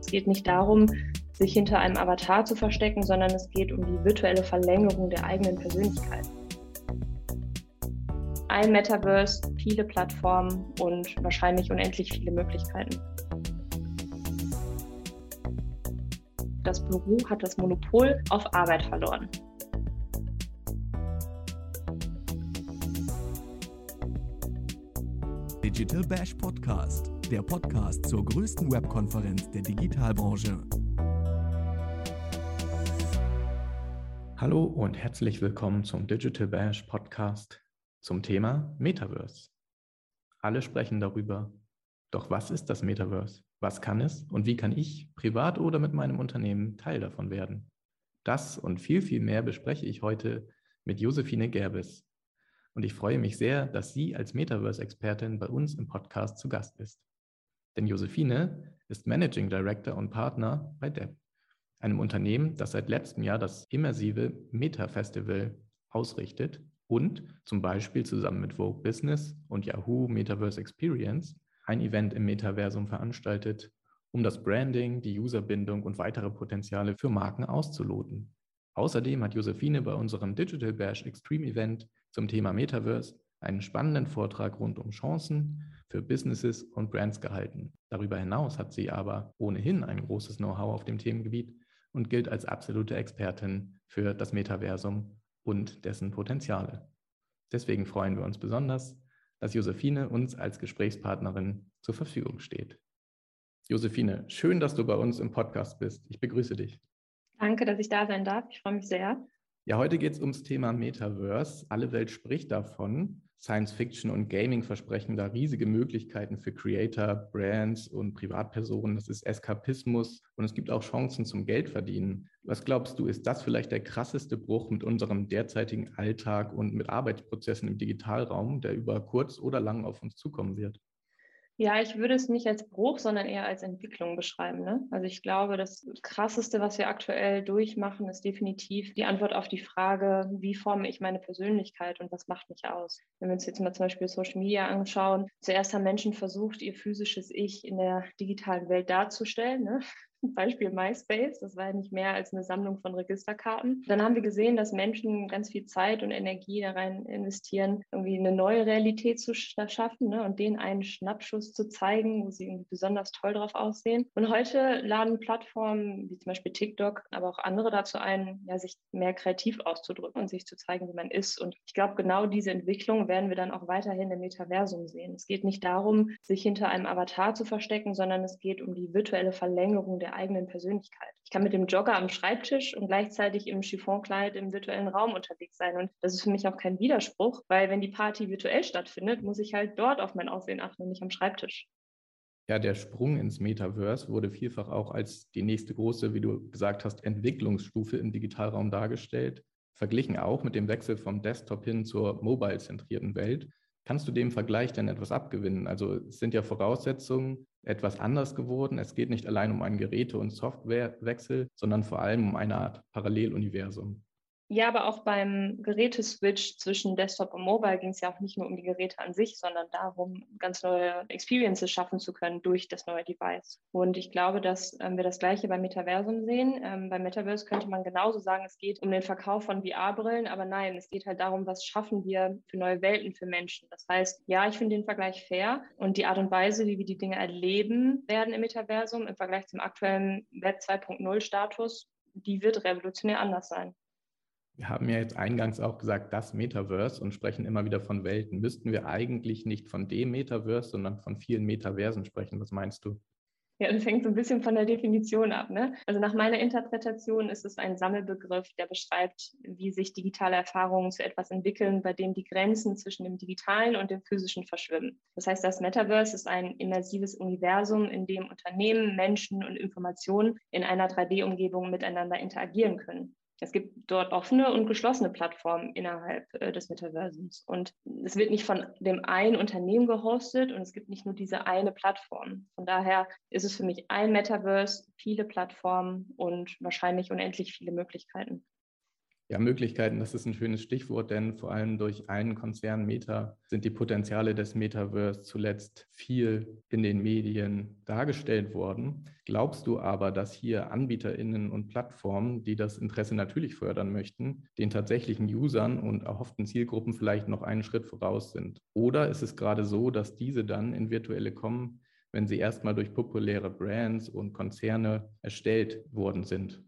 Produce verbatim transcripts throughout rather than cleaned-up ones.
Es geht nicht darum, sich hinter einem Avatar zu verstecken, sondern es geht um die virtuelle Verlängerung der eigenen Persönlichkeit. Ein Metaverse, viele Plattformen und wahrscheinlich unendlich viele Möglichkeiten. Das Büro hat das Monopol auf Arbeit verloren. Digital Bash Podcast, der Podcast zur größten Webkonferenz der Digitalbranche. Hallo und herzlich willkommen zum Digital Bash Podcast zum Thema Metaverse. Alle sprechen darüber. Doch was ist das Metaverse? Was kann es und wie kann ich privat oder mit meinem Unternehmen Teil davon werden? Das und viel, viel mehr bespreche ich heute mit Josephine Gerbes. Und ich freue mich sehr, dass sie als Metaverse-Expertin bei uns im Podcast zu Gast ist. Denn Josephine ist Managing Director und Partner bei D E P, einem Unternehmen, das seit letztem Jahr das immersive Meta-Festival ausrichtet und zum Beispiel zusammen mit Vogue Business und Yahoo Metaverse Experience ein Event im Metaversum veranstaltet, um das Branding, die Userbindung und weitere Potenziale für Marken auszuloten. Außerdem hat Josephine bei unserem Digital Bash Extreme Event zum Thema Metaverse einen spannenden Vortrag rund um Chancen für Businesses und Brands gehalten. Darüber hinaus hat sie aber ohnehin ein großes Know-how auf dem Themengebiet und gilt als absolute Expertin für das Metaversum und dessen Potenziale. Deswegen freuen wir uns besonders, dass Josephine uns als Gesprächspartnerin zur Verfügung steht. Josephine, schön, dass du bei uns im Podcast bist. Ich begrüße dich. Danke, dass ich da sein darf. Ich freue mich sehr. Ja, heute geht es ums Thema Metaverse. Alle Welt spricht davon. Science Fiction und Gaming versprechen da riesige Möglichkeiten für Creator, Brands und Privatpersonen. Das ist Eskapismus und es gibt auch Chancen zum Geldverdienen. Was glaubst du, ist das vielleicht der krasseste Bruch mit unserem derzeitigen Alltag und mit Arbeitsprozessen im Digitalraum, der über kurz oder lang auf uns zukommen wird? Ja, ich würde es nicht als Bruch, sondern eher als Entwicklung beschreiben. Ne? Also ich glaube, das Krasseste, was wir aktuell durchmachen, ist definitiv die Antwort auf die Frage, wie forme ich meine Persönlichkeit und was macht mich aus? Wenn wir uns jetzt mal zum Beispiel Social Media anschauen, zuerst haben Menschen versucht, ihr physisches Ich in der digitalen Welt darzustellen. Ne? Beispiel MySpace, das war ja nicht mehr als eine Sammlung von Registerkarten. Dann haben wir gesehen, dass Menschen ganz viel Zeit und Energie da rein investieren, irgendwie eine neue Realität zu schaffen, ne, und denen einen Schnappschuss zu zeigen, wo sie irgendwie besonders toll drauf aussehen. Und heute laden Plattformen wie zum Beispiel TikTok, aber auch andere dazu ein, ja, sich mehr kreativ auszudrücken und sich zu zeigen, wie man ist. Und ich glaube, genau diese Entwicklung werden wir dann auch weiterhin im Metaversum sehen. Es geht nicht darum, sich hinter einem Avatar zu verstecken, sondern es geht um die virtuelle Verlängerung der eigenen Persönlichkeit. Ich kann mit dem Jogger am Schreibtisch und gleichzeitig im Chiffonkleid im virtuellen Raum unterwegs sein. Und das ist für mich auch kein Widerspruch, weil wenn die Party virtuell stattfindet, muss ich halt dort auf mein Aussehen achten und nicht am Schreibtisch. Ja, der Sprung ins Metaverse wurde vielfach auch als die nächste große, wie du gesagt hast, Entwicklungsstufe im Digitalraum dargestellt, verglichen auch mit dem Wechsel vom Desktop hin zur mobile-zentrierten Welt. Kannst du dem Vergleich denn etwas abgewinnen? Also es sind ja Voraussetzungen etwas anders geworden. Es geht nicht allein um einen Geräte- und Softwarewechsel, sondern vor allem um eine Art Paralleluniversum. Ja, aber auch beim Geräteswitch zwischen Desktop und Mobile ging es ja auch nicht nur um die Geräte an sich, sondern darum, ganz neue Experiences schaffen zu können durch das neue Device. Und ich glaube, dass ähm, wir das Gleiche beim Metaversum sehen. Ähm, beim Metaverse könnte man genauso sagen, es geht um den Verkauf von V R-Brillen, aber nein, es geht halt darum, was schaffen wir für neue Welten für Menschen. Das heißt, ja, ich finde den Vergleich fair und die Art und Weise, wie wir die Dinge erleben werden im Metaversum im Vergleich zum aktuellen Web zwei Punkt null Status, die wird revolutionär anders sein. Wir haben ja jetzt eingangs auch gesagt, das Metaverse und sprechen immer wieder von Welten. Müssten wir eigentlich nicht von dem Metaverse, sondern von vielen Metaversen sprechen? Was meinst du? Ja, das hängt so ein bisschen von der Definition ab, ne? Also nach meiner Interpretation ist es ein Sammelbegriff, der beschreibt, wie sich digitale Erfahrungen zu etwas entwickeln, bei dem die Grenzen zwischen dem Digitalen und dem Physischen verschwimmen. Das heißt, das Metaverse ist ein immersives Universum, in dem Unternehmen, Menschen und Informationen in einer drei D-Umgebung miteinander interagieren können. Es gibt dort offene und geschlossene Plattformen innerhalb äh, des Metaversums. Und es wird nicht von dem einen Unternehmen gehostet und es gibt nicht nur diese eine Plattform. Von daher ist es für mich ein Metaverse, viele Plattformen und wahrscheinlich unendlich viele Möglichkeiten. Ja, Möglichkeiten, das ist ein schönes Stichwort, denn vor allem durch einen Konzern Meta sind die Potenziale des Metaverse zuletzt viel in den Medien dargestellt worden. Glaubst du aber, dass hier AnbieterInnen und Plattformen, die das Interesse natürlich fördern möchten, den tatsächlichen Usern und erhofften Zielgruppen vielleicht noch einen Schritt voraus sind? Oder ist es gerade so, dass diese dann in virtuelle kommen, wenn sie erstmal durch populäre Brands und Konzerne erstellt worden sind?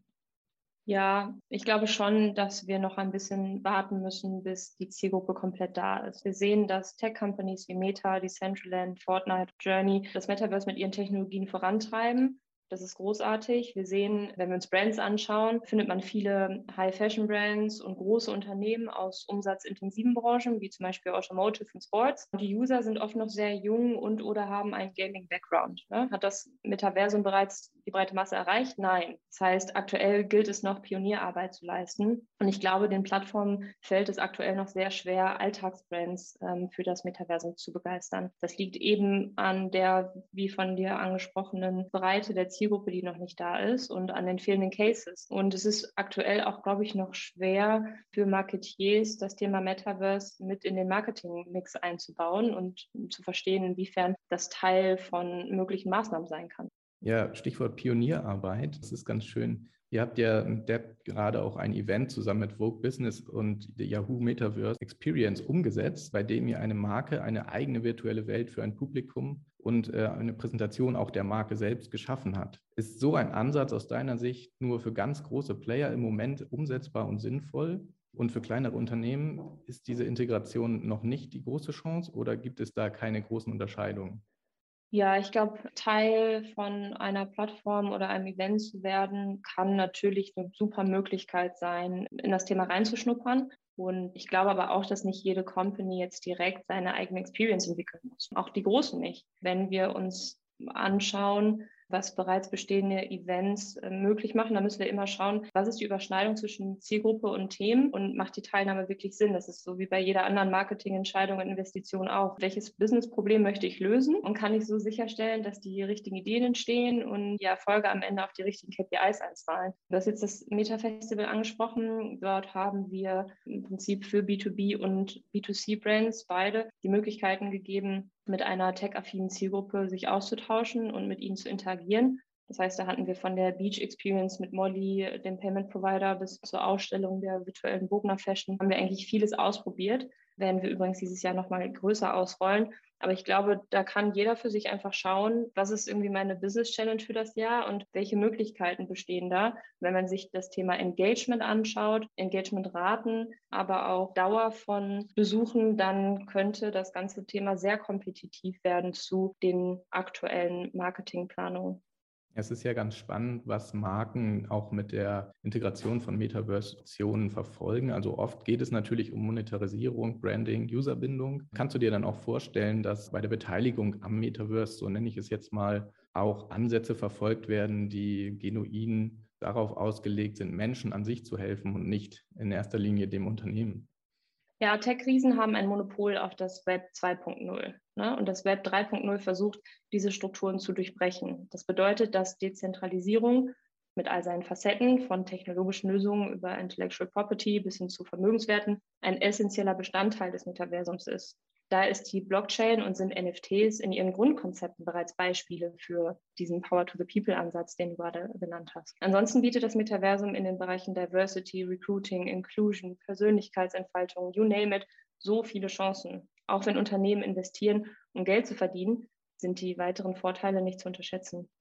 Ja, ich glaube schon, dass wir noch ein bisschen warten müssen, bis die Zielgruppe komplett da ist. Wir sehen, dass Tech-Companies wie Meta, Decentraland, Fortnite, Journey das Metaverse mit ihren Technologien vorantreiben. Das ist großartig. Wir sehen, wenn wir uns Brands anschauen, findet man viele High-Fashion-Brands und große Unternehmen aus umsatzintensiven Branchen, wie zum Beispiel Automotive und Sports. Die User sind oft noch sehr jung und oder haben einen Gaming-Background. Ne? Hat das Metaversum bereits die breite Masse erreicht? Nein. Das heißt, aktuell gilt es noch, Pionierarbeit zu leisten. Und ich glaube, den Plattformen fällt es aktuell noch sehr schwer, Alltagsbrands ähm, für das Metaversum zu begeistern. Das liegt eben an der, wie von dir angesprochenen, Breite der Zielgruppe, die noch nicht da ist und an den fehlenden Cases. Und es ist aktuell auch, glaube ich, noch schwer für Marketiers, das Thema Metaverse mit in den Marketingmix einzubauen und zu verstehen, inwiefern das Teil von möglichen Maßnahmen sein kann. Ja, Stichwort Pionierarbeit, das ist ganz schön. Ihr habt ja im Depp gerade auch ein Event zusammen mit Vogue Business und der Yahoo Metaverse Experience umgesetzt, bei dem ihr eine Marke, eine eigene virtuelle Welt für ein Publikum und äh, eine Präsentation auch der Marke selbst geschaffen hat. Ist so ein Ansatz aus deiner Sicht nur für ganz große Player im Moment umsetzbar und sinnvoll? Und für kleinere Unternehmen ist diese Integration noch nicht die große Chance oder gibt es da keine großen Unterscheidungen? Ja, ich glaube, Teil von einer Plattform oder einem Event zu werden, kann natürlich eine super Möglichkeit sein, in das Thema reinzuschnuppern. Und ich glaube aber auch, dass nicht jede Company jetzt direkt seine eigene Experience entwickeln muss. Auch die Großen nicht. Wenn wir uns anschauen, was bereits bestehende Events äh, möglich machen, dann müssen wir immer schauen, was ist die Überschneidung zwischen Zielgruppe und Themen und macht die Teilnahme wirklich Sinn? Das ist so wie bei jeder anderen Marketingentscheidung und Investition auch. Welches Businessproblem möchte ich lösen und kann ich so sicherstellen, dass die richtigen Ideen entstehen und die Erfolge am Ende auf die richtigen K P Is einzahlen? Du hast jetzt das Meta-Festival angesprochen. Dort haben wir im Prinzip für B zwei B und B zwei C Brands beide die Möglichkeiten gegeben, mit einer tech-affinen Zielgruppe sich auszutauschen und mit ihnen zu interagieren. Das heißt, da hatten wir von der Beach Experience mit Molly, dem Payment Provider, bis zur Ausstellung der virtuellen Bogner Fashion, haben wir eigentlich vieles ausprobiert. Werden wir übrigens dieses Jahr nochmal größer ausrollen. Aber ich glaube, da kann jeder für sich einfach schauen, was ist irgendwie meine Business Challenge für das Jahr und welche Möglichkeiten bestehen da. Wenn man sich das Thema Engagement anschaut, Engagementraten, aber auch Dauer von Besuchen, dann könnte das ganze Thema sehr kompetitiv werden zu den aktuellen Marketingplanungen. Es ist ja ganz spannend, was Marken auch mit der Integration von Metaverse-Optionen verfolgen. Also oft geht es natürlich um Monetarisierung, Branding, Userbindung. Kannst du dir dann auch vorstellen, dass bei der Beteiligung am Metaverse, so nenne ich es jetzt mal, auch Ansätze verfolgt werden, die genuin darauf ausgelegt sind, Menschen an sich zu helfen und nicht in erster Linie dem Unternehmen? Ja, Tech-Riesen haben ein Monopol auf das Web zwei Punkt null. Ne? Und das Web drei Punkt null versucht, diese Strukturen zu durchbrechen. Das bedeutet, dass Dezentralisierung mit all seinen Facetten, von technologischen Lösungen über Intellectual Property bis hin zu Vermögenswerten, ein essentieller Bestandteil des Metaversums ist. Da ist die Blockchain und sind N F Ts in ihren Grundkonzepten bereits Beispiele für diesen Power-to-the-People-Ansatz, den du gerade genannt hast. Ansonsten bietet das Metaversum in den Bereichen Diversity, Recruiting, Inclusion, Persönlichkeitsentfaltung, you name it, so viele Chancen. Auch wenn Unternehmen investieren, um Geld zu verdienen, sind die weiteren Vorteile nicht zu unterschätzen.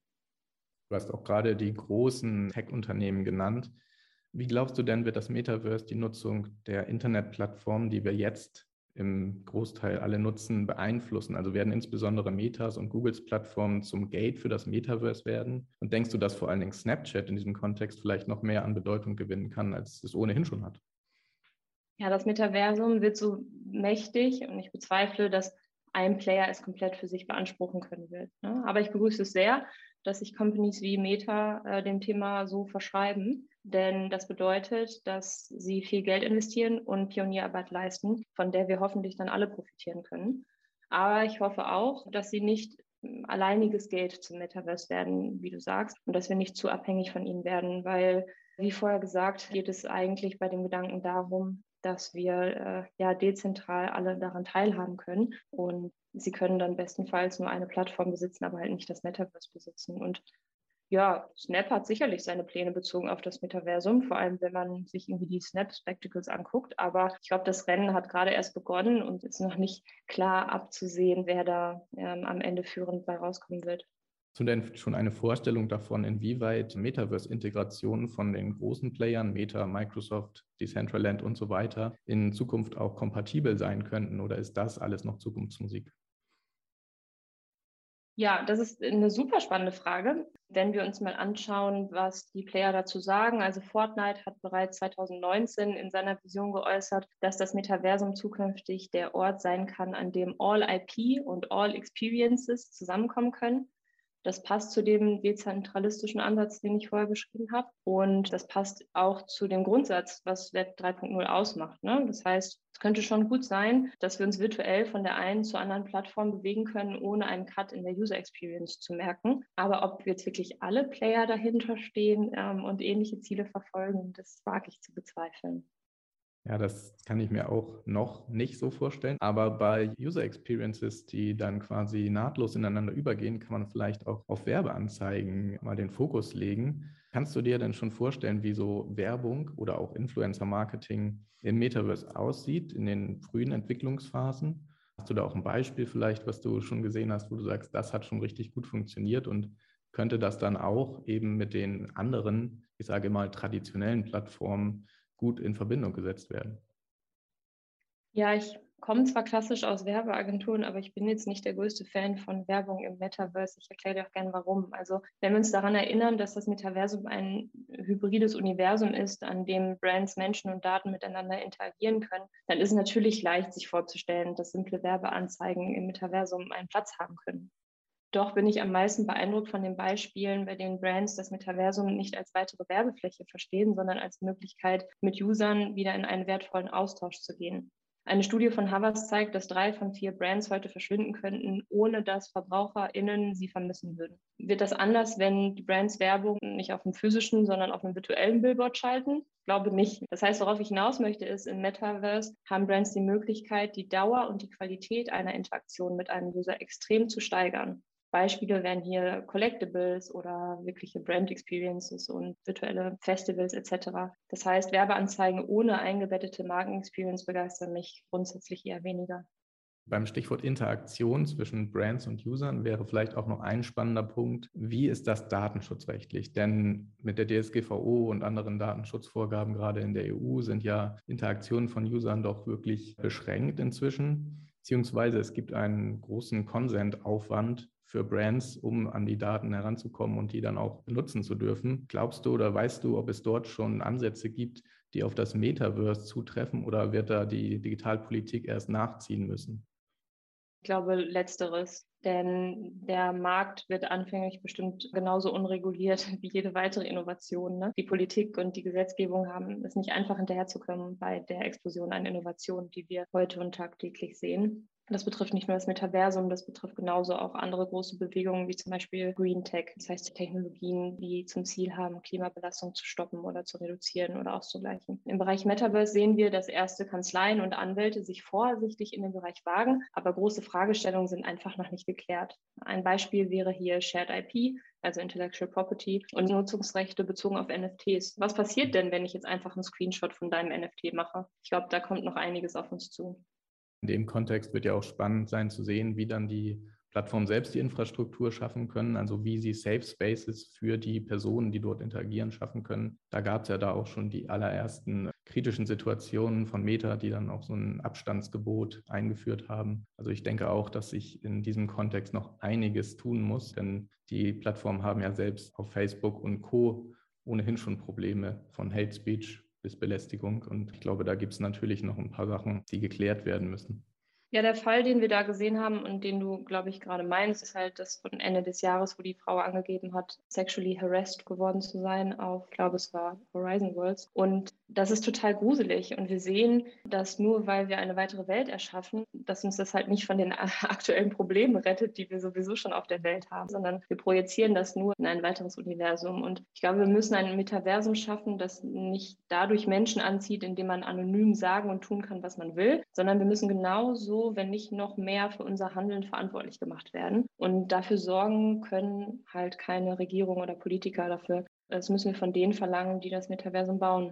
Du hast auch gerade die großen Tech-Unternehmen genannt. Wie glaubst du denn, wird das Metaverse die Nutzung der Internetplattformen, die wir jetzt im Großteil alle nutzen, beeinflussen? Also werden insbesondere Metas und Googles Plattformen zum Gate für das Metaverse werden? Und denkst du, dass vor allen Dingen Snapchat in diesem Kontext vielleicht noch mehr an Bedeutung gewinnen kann, als es ohnehin schon hat? Ja, das Metaversum wird so mächtig und ich bezweifle, dass ein Player es komplett für sich beanspruchen können wird. Ne? Aber ich begrüße es sehr, dass sich Companies wie Meta äh, dem Thema so verschreiben. Denn das bedeutet, dass sie viel Geld investieren und Pionierarbeit leisten, von der wir hoffentlich dann alle profitieren können. Aber ich hoffe auch, dass sie nicht alleiniges Geld zum Metaverse werden, wie du sagst, und dass wir nicht zu abhängig von ihnen werden, weil Wie vorher gesagt, geht es eigentlich bei dem Gedanken darum, dass wir äh, ja dezentral alle daran teilhaben können. Und sie können dann bestenfalls nur eine Plattform besitzen, aber halt nicht das Metaverse besitzen. Und ja, Snap hat sicherlich seine Pläne bezogen auf das Metaversum, vor allem wenn man sich irgendwie die Snap Spectacles anguckt. Aber ich glaube, das Rennen hat gerade erst begonnen und ist noch nicht klar abzusehen, wer da ähm, am Ende führend bei rauskommen wird. Hast du denn schon eine Vorstellung davon, inwieweit Metaverse-Integrationen von den großen Playern, Meta, Microsoft, Decentraland und so weiter, in Zukunft auch kompatibel sein könnten? Oder ist das alles noch Zukunftsmusik? Ja, das ist eine super spannende Frage. Wenn wir uns mal anschauen, was die Player dazu sagen. Also Fortnite hat bereits zwanzig neunzehn in seiner Vision geäußert, dass das Metaversum zukünftig der Ort sein kann, an dem All I P und All Experiences zusammenkommen können. Das passt zu dem dezentralistischen Ansatz, den ich vorher beschrieben habe. Und das passt auch zu dem Grundsatz, was Web drei Punkt null ausmacht. Ne? Das heißt, es könnte schon gut sein, dass wir uns virtuell von der einen zur anderen Plattform bewegen können, ohne einen Cut in der User Experience zu merken. Aber ob jetzt wirklich alle Player dahinter stehen ähm, und ähnliche Ziele verfolgen, das wage ich zu bezweifeln. Ja, das kann ich mir auch noch nicht so vorstellen. Aber bei User Experiences, die dann quasi nahtlos ineinander übergehen, kann man vielleicht auch auf Werbeanzeigen mal den Fokus legen. Kannst du dir denn schon vorstellen, wie so Werbung oder auch Influencer-Marketing im Metaverse aussieht, in den frühen Entwicklungsphasen? Hast du da auch ein Beispiel vielleicht, was du schon gesehen hast, wo du sagst, das hat schon richtig gut funktioniert und könnte das dann auch eben mit den anderen, ich sage mal, traditionellen Plattformen gut in Verbindung gesetzt werden? Ja, ich komme zwar klassisch aus Werbeagenturen, aber ich bin jetzt nicht der größte Fan von Werbung im Metaverse. Ich erkläre dir auch gerne warum. Also wenn wir uns daran erinnern, dass das Metaversum ein hybrides Universum ist, an dem Brands, Menschen und Daten miteinander interagieren können, dann ist es natürlich leicht, sich vorzustellen, dass simple Werbeanzeigen im Metaversum einen Platz haben können. Doch bin ich am meisten beeindruckt von den Beispielen, bei denen Brands das Metaversum nicht als weitere Werbefläche verstehen, sondern als Möglichkeit, mit Usern wieder in einen wertvollen Austausch zu gehen. Eine Studie von Harvard zeigt, dass drei von vier Brands heute verschwinden könnten, ohne dass VerbraucherInnen sie vermissen würden. Wird das anders, wenn die Brands Werbung nicht auf einem physischen, sondern auf einem virtuellen Billboard schalten? Ich glaube nicht. Das heißt, worauf ich hinaus möchte, ist, im Metaverse haben Brands die Möglichkeit, die Dauer und die Qualität einer Interaktion mit einem User extrem zu steigern. Beispiele wären hier Collectibles oder wirkliche Brand Experiences und virtuelle Festivals et cetera. Das heißt, Werbeanzeigen ohne eingebettete Markenexperience begeistern mich grundsätzlich eher weniger. Beim Stichwort Interaktion zwischen Brands und Usern wäre vielleicht auch noch ein spannender Punkt. Wie ist das datenschutzrechtlich? Denn mit der D S G V O und anderen Datenschutzvorgaben gerade in der E U sind ja Interaktionen von Usern doch wirklich beschränkt inzwischen. Beziehungsweise es gibt einen großen Consent-Aufwand für Brands, um an die Daten heranzukommen und die dann auch benutzen zu dürfen. Glaubst du oder weißt du, ob es dort schon Ansätze gibt, die auf das Metaverse zutreffen, oder wird da die Digitalpolitik erst nachziehen müssen? Ich glaube, letzteres, denn der Markt wird anfänglich bestimmt genauso unreguliert wie jede weitere Innovation. Ne? Die Politik und die Gesetzgebung haben es nicht einfach, hinterherzukommen bei der Explosion an Innovationen, die wir heute und tagtäglich sehen. Das betrifft nicht nur das Metaversum, das betrifft genauso auch andere große Bewegungen wie zum Beispiel Green Tech. Das heißt Technologien, die zum Ziel haben, Klimabelastung zu stoppen oder zu reduzieren oder auszugleichen. Im Bereich Metaverse sehen wir, dass erste Kanzleien und Anwälte sich vorsichtig in den Bereich wagen, aber große Fragestellungen sind einfach noch nicht geklärt. Ein Beispiel wäre hier Shared I P, also Intellectual Property, und Nutzungsrechte bezogen auf N F Ts. Was passiert denn, wenn ich jetzt einfach einen Screenshot von deinem N F T mache? Ich glaube, da kommt noch einiges auf uns zu. In dem Kontext wird ja auch spannend sein zu sehen, wie dann die Plattformen selbst die Infrastruktur schaffen können, also wie sie Safe Spaces für die Personen, die dort interagieren, schaffen können. Da gab es ja da auch schon die allerersten kritischen Situationen von Meta, die dann auch so ein Abstandsgebot eingeführt haben. Also ich denke auch, dass sich in diesem Kontext noch einiges tun muss, denn die Plattformen haben ja selbst auf Facebook und Co. ohnehin schon Probleme von Hate Speech bis Belästigung. Und ich glaube, da gibt es natürlich noch ein paar Sachen, die geklärt werden müssen. Ja, der Fall, den wir da gesehen haben und den du, glaube ich, gerade meinst, ist halt das von Ende des Jahres, wo die Frau angegeben hat, sexually harassed geworden zu sein auf, ich glaube, es war Horizon Worlds. Und das ist total gruselig. Und wir sehen, dass nur weil wir eine weitere Welt erschaffen, dass uns das halt nicht von den aktuellen Problemen rettet, die wir sowieso schon auf der Welt haben, sondern wir projizieren das nur in ein weiteres Universum. Und ich glaube, wir müssen ein Metaversum schaffen, das nicht dadurch Menschen anzieht, indem man anonym sagen und tun kann, was man will, sondern wir müssen genauso, wenn nicht noch mehr, für unser Handeln verantwortlich gemacht werden. Und dafür sorgen können halt keine Regierung oder Politiker dafür. Das müssen wir von denen verlangen, die das Metaversum bauen.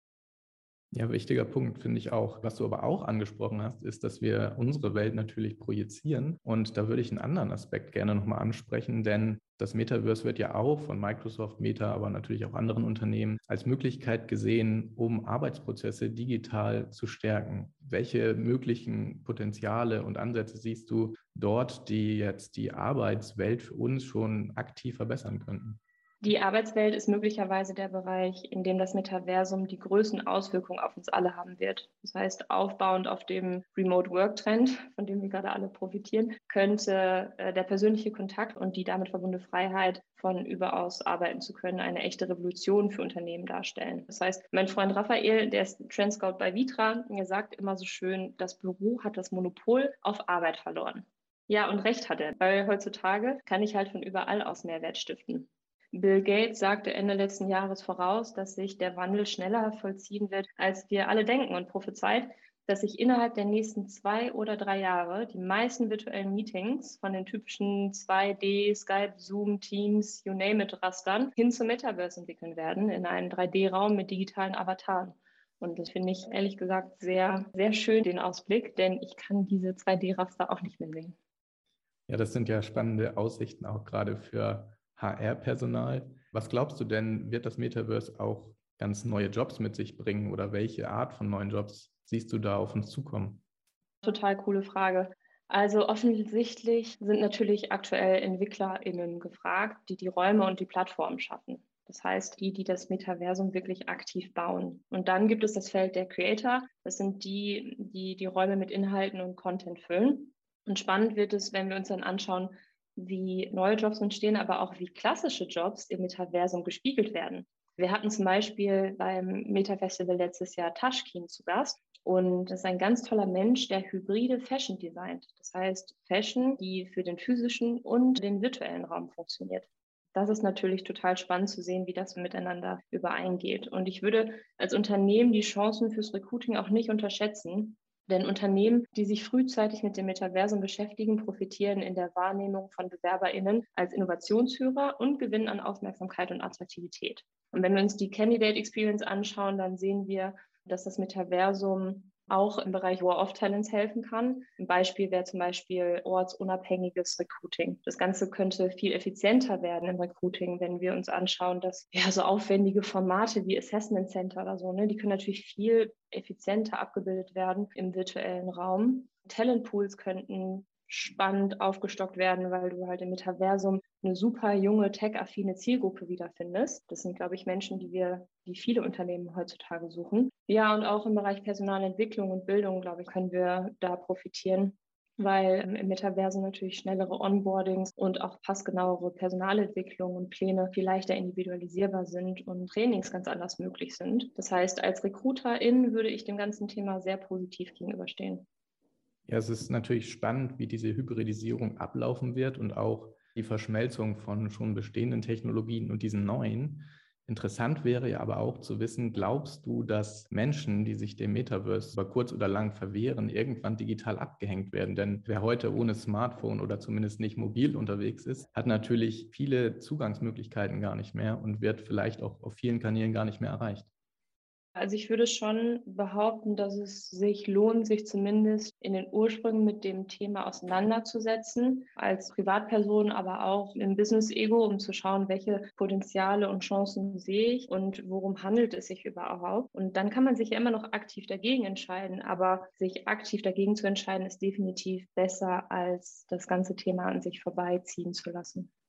Ja, wichtiger Punkt, finde ich auch. Was du aber auch angesprochen hast, ist, dass wir unsere Welt natürlich projizieren. Und da würde ich einen anderen Aspekt gerne nochmal ansprechen, denn das Metaverse wird ja auch von Microsoft, Meta, aber natürlich auch anderen Unternehmen als Möglichkeit gesehen, um Arbeitsprozesse digital zu stärken. Welche möglichen Potenziale und Ansätze siehst du dort, die jetzt die Arbeitswelt für uns schon aktiv verbessern könnten? Die Arbeitswelt ist möglicherweise der Bereich, in dem das Metaversum die größten Auswirkungen auf uns alle haben wird. Das heißt, aufbauend auf dem Remote-Work-Trend, von dem wir gerade alle profitieren, könnte äh, der persönliche Kontakt und die damit verbundene Freiheit, von überaus arbeiten zu können, eine echte Revolution für Unternehmen darstellen. Das heißt, mein Freund Raphael, der ist Trendscout bei Vitra, er sagt immer so schön, das Büro hat das Monopol auf Arbeit verloren. Ja, und recht hat er, weil heutzutage kann ich halt von überall aus Mehrwert stiften. Bill Gates sagte Ende letzten Jahres voraus, dass sich der Wandel schneller vollziehen wird, als wir alle denken, und prophezeit, dass sich innerhalb der nächsten zwei oder drei Jahre die meisten virtuellen Meetings von den typischen zwei D, Skype, Zoom, Teams, you name it Rastern hin zum Metaverse entwickeln werden, in einen drei D-Raum mit digitalen Avataren. Und das finde ich ehrlich gesagt sehr, sehr schön, den Ausblick, denn ich kann diese zwei D-Raster auch nicht mehr sehen. Ja, das sind ja spannende Aussichten auch gerade für H R-Personal. Was glaubst du denn, wird das Metaverse auch ganz neue Jobs mit sich bringen oder welche Art von neuen Jobs siehst du da auf uns zukommen? Total coole Frage. Also offensichtlich sind natürlich aktuell EntwicklerInnen gefragt, die die Räume und die Plattformen schaffen. Das heißt, die, die das Metaversum wirklich aktiv bauen. Und dann gibt es das Feld der Creator. Das sind die, die die Räume mit Inhalten und Content füllen. Und spannend wird es, wenn wir uns dann anschauen, wie neue Jobs entstehen, aber auch wie klassische Jobs im Metaversum gespiegelt werden. Wir hatten zum Beispiel beim Meta-Festival letztes Jahr Taschkin zu Gast. Und das ist ein ganz toller Mensch, der hybride Fashion designt. Das heißt, Fashion, die für den physischen und den virtuellen Raum funktioniert. Das ist natürlich total spannend zu sehen, wie das miteinander übereingeht. Und ich würde als Unternehmen die Chancen fürs Recruiting auch nicht unterschätzen. Denn Unternehmen, die sich frühzeitig mit dem Metaversum beschäftigen, profitieren in der Wahrnehmung von BewerberInnen als Innovationsführer und gewinnen an Aufmerksamkeit und Attraktivität. Und wenn wir uns die Candidate Experience anschauen, dann sehen wir, dass das Metaversum auch im Bereich War of Talents helfen kann. Ein Beispiel wäre zum Beispiel ortsunabhängiges Recruiting. Das Ganze könnte viel effizienter werden im Recruiting, wenn wir uns anschauen, dass ja so aufwendige Formate wie Assessment Center oder so, ne, die können natürlich viel effizienter abgebildet werden im virtuellen Raum. Talentpools könnten spannend aufgestockt werden, weil du halt im Metaversum eine super junge, tech-affine Zielgruppe wiederfindest. Das sind, glaube ich, Menschen, die wir, die viele Unternehmen heutzutage suchen. Ja, und auch im Bereich Personalentwicklung und Bildung, glaube ich, können wir da profitieren, weil im Metaversum natürlich schnellere Onboardings und auch passgenauere Personalentwicklung und Pläne viel leichter individualisierbar sind und Trainings ganz anders möglich sind. Das heißt, als Recruiterin würde ich dem ganzen Thema sehr positiv gegenüberstehen. Ja, es ist natürlich spannend, wie diese Hybridisierung ablaufen wird und auch die Verschmelzung von schon bestehenden Technologien und diesen neuen. Interessant wäre ja aber auch zu wissen, glaubst du, dass Menschen, die sich dem Metaverse über kurz oder lang verwehren, irgendwann digital abgehängt werden? Denn wer heute ohne Smartphone oder zumindest nicht mobil unterwegs ist, hat natürlich viele Zugangsmöglichkeiten gar nicht mehr und wird vielleicht auch auf vielen Kanälen gar nicht mehr erreicht. Also ich würde schon behaupten, dass es sich lohnt, sich zumindest in den Ursprüngen mit dem Thema auseinanderzusetzen, als Privatperson, aber auch im Business-Ego, um zu schauen, welche Potenziale und Chancen sehe ich und worum handelt es sich überhaupt. Und dann kann man sich ja immer noch aktiv dagegen entscheiden, aber sich aktiv dagegen zu entscheiden, ist definitiv besser, als das ganze Thema an sich vorbeiziehen zu lassen.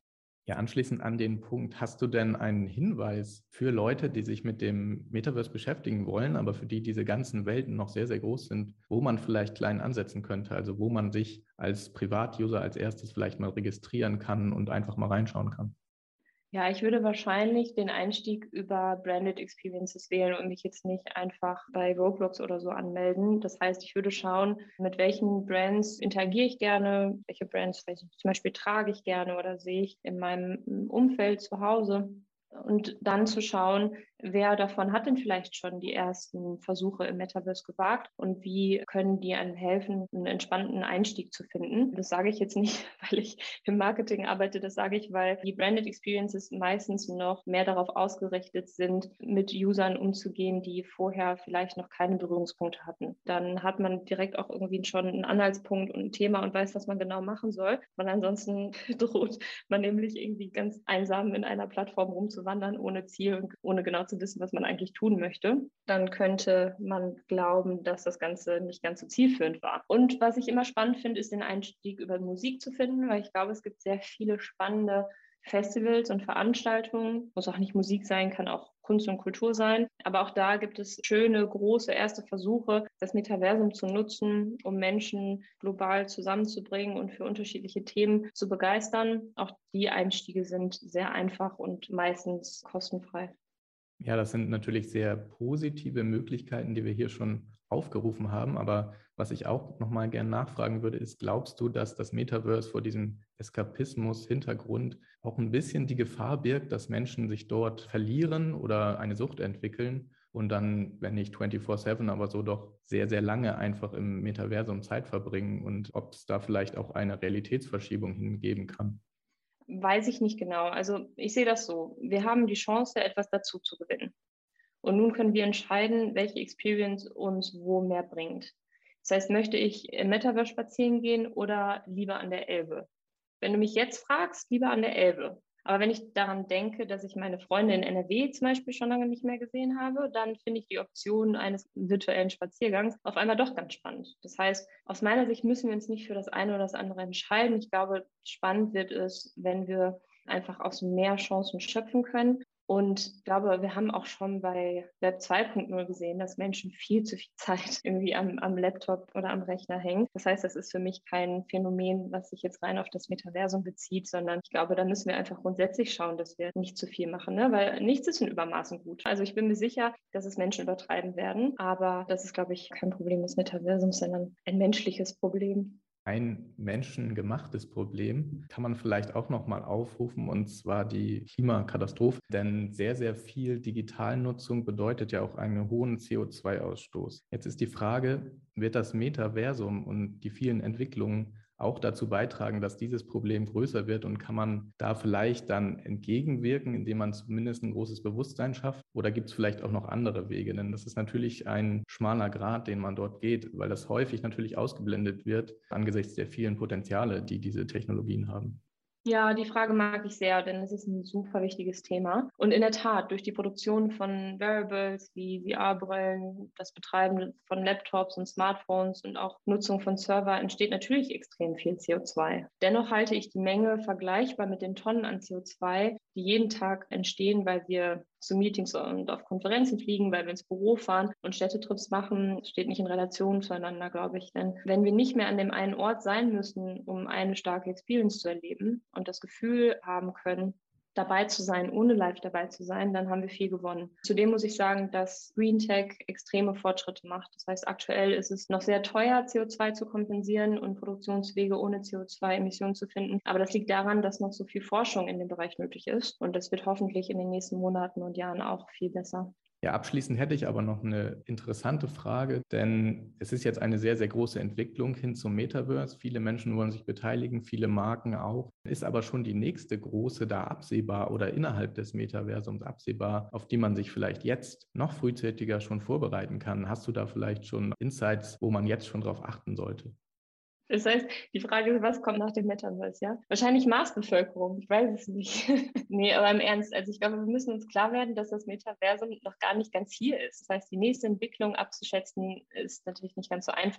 Ja, anschließend an den Punkt, hast du denn einen Hinweis für Leute, die sich mit dem Metaverse beschäftigen wollen, aber für die diese ganzen Welten noch sehr, sehr groß sind, wo man vielleicht klein ansetzen könnte, also wo man sich als Privatuser als erstes vielleicht mal registrieren kann und einfach mal reinschauen kann? Ja, ich würde wahrscheinlich den Einstieg über Branded Experiences wählen und mich jetzt nicht einfach bei Roblox oder so anmelden. Das heißt, ich würde schauen, mit welchen Brands interagiere ich gerne, welche Brands weiß ich, zum Beispiel trage ich gerne oder sehe ich in meinem Umfeld zu Hause. Und dann zu schauen, wer davon hat denn vielleicht schon die ersten Versuche im Metaverse gewagt und wie können die einem helfen, einen entspannten Einstieg zu finden. Das sage ich jetzt nicht, weil ich im Marketing arbeite, das sage ich, weil die Branded Experiences meistens noch mehr darauf ausgerichtet sind, mit Usern umzugehen, die vorher vielleicht noch keine Berührungspunkte hatten. Dann hat man direkt auch irgendwie schon einen Anhaltspunkt und ein Thema und weiß, was man genau machen soll, weil ansonsten droht man nämlich irgendwie ganz einsam in einer Plattform rumzuwandern, ohne Ziel und ohne genau zu wissen, was man eigentlich tun möchte. Dann könnte man glauben, dass das Ganze nicht ganz so zielführend war. Und was ich immer spannend finde, ist den Einstieg über Musik zu finden, weil ich glaube, es gibt sehr viele spannende Festivals und Veranstaltungen. Muss auch nicht Musik sein, kann auch Kunst und Kultur sein. Aber auch da gibt es schöne, große erste Versuche, das Metaversum zu nutzen, um Menschen global zusammenzubringen und für unterschiedliche Themen zu begeistern. Auch die Einstiege sind sehr einfach und meistens kostenfrei. Ja, das sind natürlich sehr positive Möglichkeiten, die wir hier schon aufgerufen haben. Aber was ich auch nochmal gerne nachfragen würde, ist, glaubst du, dass das Metaverse vor diesem Eskapismus-Hintergrund auch ein bisschen die Gefahr birgt, dass Menschen sich dort verlieren oder eine Sucht entwickeln und dann, wenn nicht vierundzwanzig sieben, aber so doch sehr, sehr lange einfach im Metaversum Zeit verbringen und ob es da vielleicht auch eine Realitätsverschiebung hingeben kann? Weiß ich nicht genau. Also ich sehe das so. Wir haben die Chance, etwas dazu zu gewinnen. Und nun können wir entscheiden, welche Experience uns wo mehr bringt. Das heißt, möchte ich im Metaverse spazieren gehen oder lieber an der Elbe? Wenn du mich jetzt fragst, lieber an der Elbe. Aber wenn ich daran denke, dass ich meine Freunde in N R W zum Beispiel schon lange nicht mehr gesehen habe, dann finde ich die Option eines virtuellen Spaziergangs auf einmal doch ganz spannend. Das heißt, aus meiner Sicht müssen wir uns nicht für das eine oder das andere entscheiden. Ich glaube, spannend wird es, wenn wir einfach aus mehr Chancen schöpfen können. Und ich glaube, wir haben auch schon bei Web zwei Punkt null gesehen, dass Menschen viel zu viel Zeit irgendwie am, am Laptop oder am Rechner hängen. Das heißt, das ist für mich kein Phänomen, was sich jetzt rein auf das Metaversum bezieht, sondern ich glaube, da müssen wir einfach grundsätzlich schauen, dass wir nicht zu viel machen, ne? Weil nichts ist in Übermaßen gut. Also ich bin mir sicher, dass es Menschen übertreiben werden, aber das ist, glaube ich, kein Problem des Metaversums, sondern ein menschliches Problem. Ein menschengemachtes Problem kann man vielleicht auch nochmal aufrufen, und zwar die Klimakatastrophe. Denn sehr, sehr viel Digitalnutzung bedeutet ja auch einen hohen C O zwei Ausstoß. Jetzt ist die Frage, wird das Metaversum und die vielen Entwicklungen auch dazu beitragen, dass dieses Problem größer wird, und kann man da vielleicht dann entgegenwirken, indem man zumindest ein großes Bewusstsein schafft? Oder gibt es vielleicht auch noch andere Wege? Denn das ist natürlich ein schmaler Grat, den man dort geht, weil das häufig natürlich ausgeblendet wird angesichts der vielen Potenziale, die diese Technologien haben. Ja, die Frage mag ich sehr, denn es ist ein super wichtiges Thema. Und in der Tat, durch die Produktion von Wearables wie V R-Brillen, das Betreiben von Laptops und Smartphones und auch Nutzung von Server entsteht natürlich extrem viel C O zwei. Dennoch halte ich die Menge vergleichbar mit den Tonnen an C O zwei, die jeden Tag entstehen, weil wir zu Meetings und auf Konferenzen fliegen, weil wir ins Büro fahren und Städtetrips machen, steht nicht in Relation zueinander, glaube ich. Denn wenn wir nicht mehr an dem einen Ort sein müssen, um eine starke Experience zu erleben und das Gefühl haben können, dabei zu sein, ohne live dabei zu sein, dann haben wir viel gewonnen. Zudem muss ich sagen, dass Green Tech extreme Fortschritte macht. Das heißt, aktuell ist es noch sehr teuer, C O zwei zu kompensieren und Produktionswege ohne C O zwei Emissionen zu finden. Aber das liegt daran, dass noch so viel Forschung in dem Bereich nötig ist. Und das wird hoffentlich in den nächsten Monaten und Jahren auch viel besser. Ja, abschließend hätte ich aber noch eine interessante Frage, denn es ist jetzt eine sehr, sehr große Entwicklung hin zum Metaverse. Viele Menschen wollen sich beteiligen, viele Marken auch. Ist aber schon die nächste große da absehbar oder innerhalb des Metaversums absehbar, auf die man sich vielleicht jetzt noch frühzeitiger schon vorbereiten kann? Hast du da vielleicht schon Insights, wo man jetzt schon drauf achten sollte? Das heißt, die Frage ist, was kommt nach dem Metaverse, ja? Wahrscheinlich Marsbevölkerung, ich weiß es nicht. Nee, aber im Ernst, also ich glaube, wir müssen uns klar werden, dass das Metaversum noch gar nicht ganz hier ist. Das heißt, die nächste Entwicklung abzuschätzen, ist natürlich nicht ganz so einfach.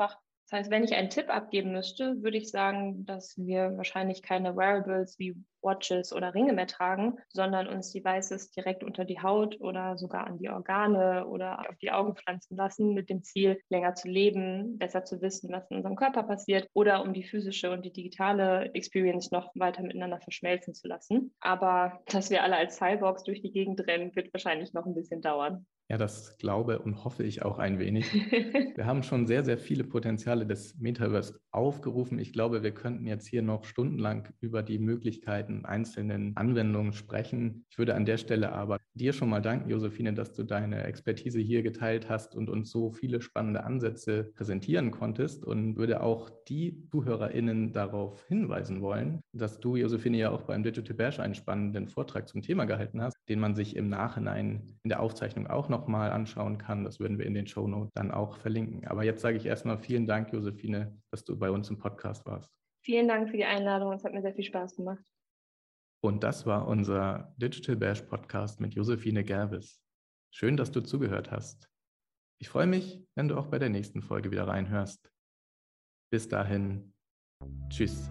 Das heißt, wenn ich einen Tipp abgeben müsste, würde ich sagen, dass wir wahrscheinlich keine Wearables wie Watches oder Ringe mehr tragen, sondern uns Devices direkt unter die Haut oder sogar an die Organe oder auf die Augen pflanzen lassen, mit dem Ziel, länger zu leben, besser zu wissen, was in unserem Körper passiert oder um die physische und die digitale Experience noch weiter miteinander verschmelzen zu lassen. Aber dass wir alle als Cyborgs durch die Gegend rennen, wird wahrscheinlich noch ein bisschen dauern. Ja, das glaube und hoffe ich auch ein wenig. Wir haben schon sehr, sehr viele Potenziale des Metaverse aufgerufen. Ich glaube, wir könnten jetzt hier noch stundenlang über die Möglichkeiten einzelnen Anwendungen sprechen. Ich würde an der Stelle aber dir schon mal danken, Josephine, dass du deine Expertise hier geteilt hast und uns so viele spannende Ansätze präsentieren konntest, und würde auch die ZuhörerInnen darauf hinweisen wollen, dass du, Josephine, ja auch beim Digital Bash einen spannenden Vortrag zum Thema gehalten hast, den man sich im Nachhinein in der Aufzeichnung auch noch mal anschauen kann. Das würden wir in den Shownotes dann auch verlinken. Aber jetzt sage ich erstmal vielen Dank, Josephine, dass du bei uns im Podcast warst. Vielen Dank für die Einladung. Es hat mir sehr viel Spaß gemacht. Und das war unser Digital Bash Podcast mit Josephine Gerwis. Schön, dass du zugehört hast. Ich freue mich, wenn du auch bei der nächsten Folge wieder reinhörst. Bis dahin, tschüss.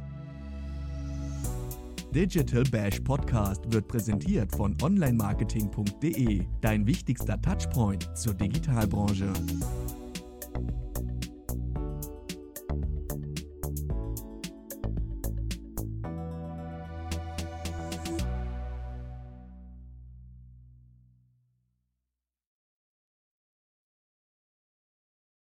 Digital Bash Podcast wird präsentiert von online marketing punkt de, dein wichtigster Touchpoint zur Digitalbranche.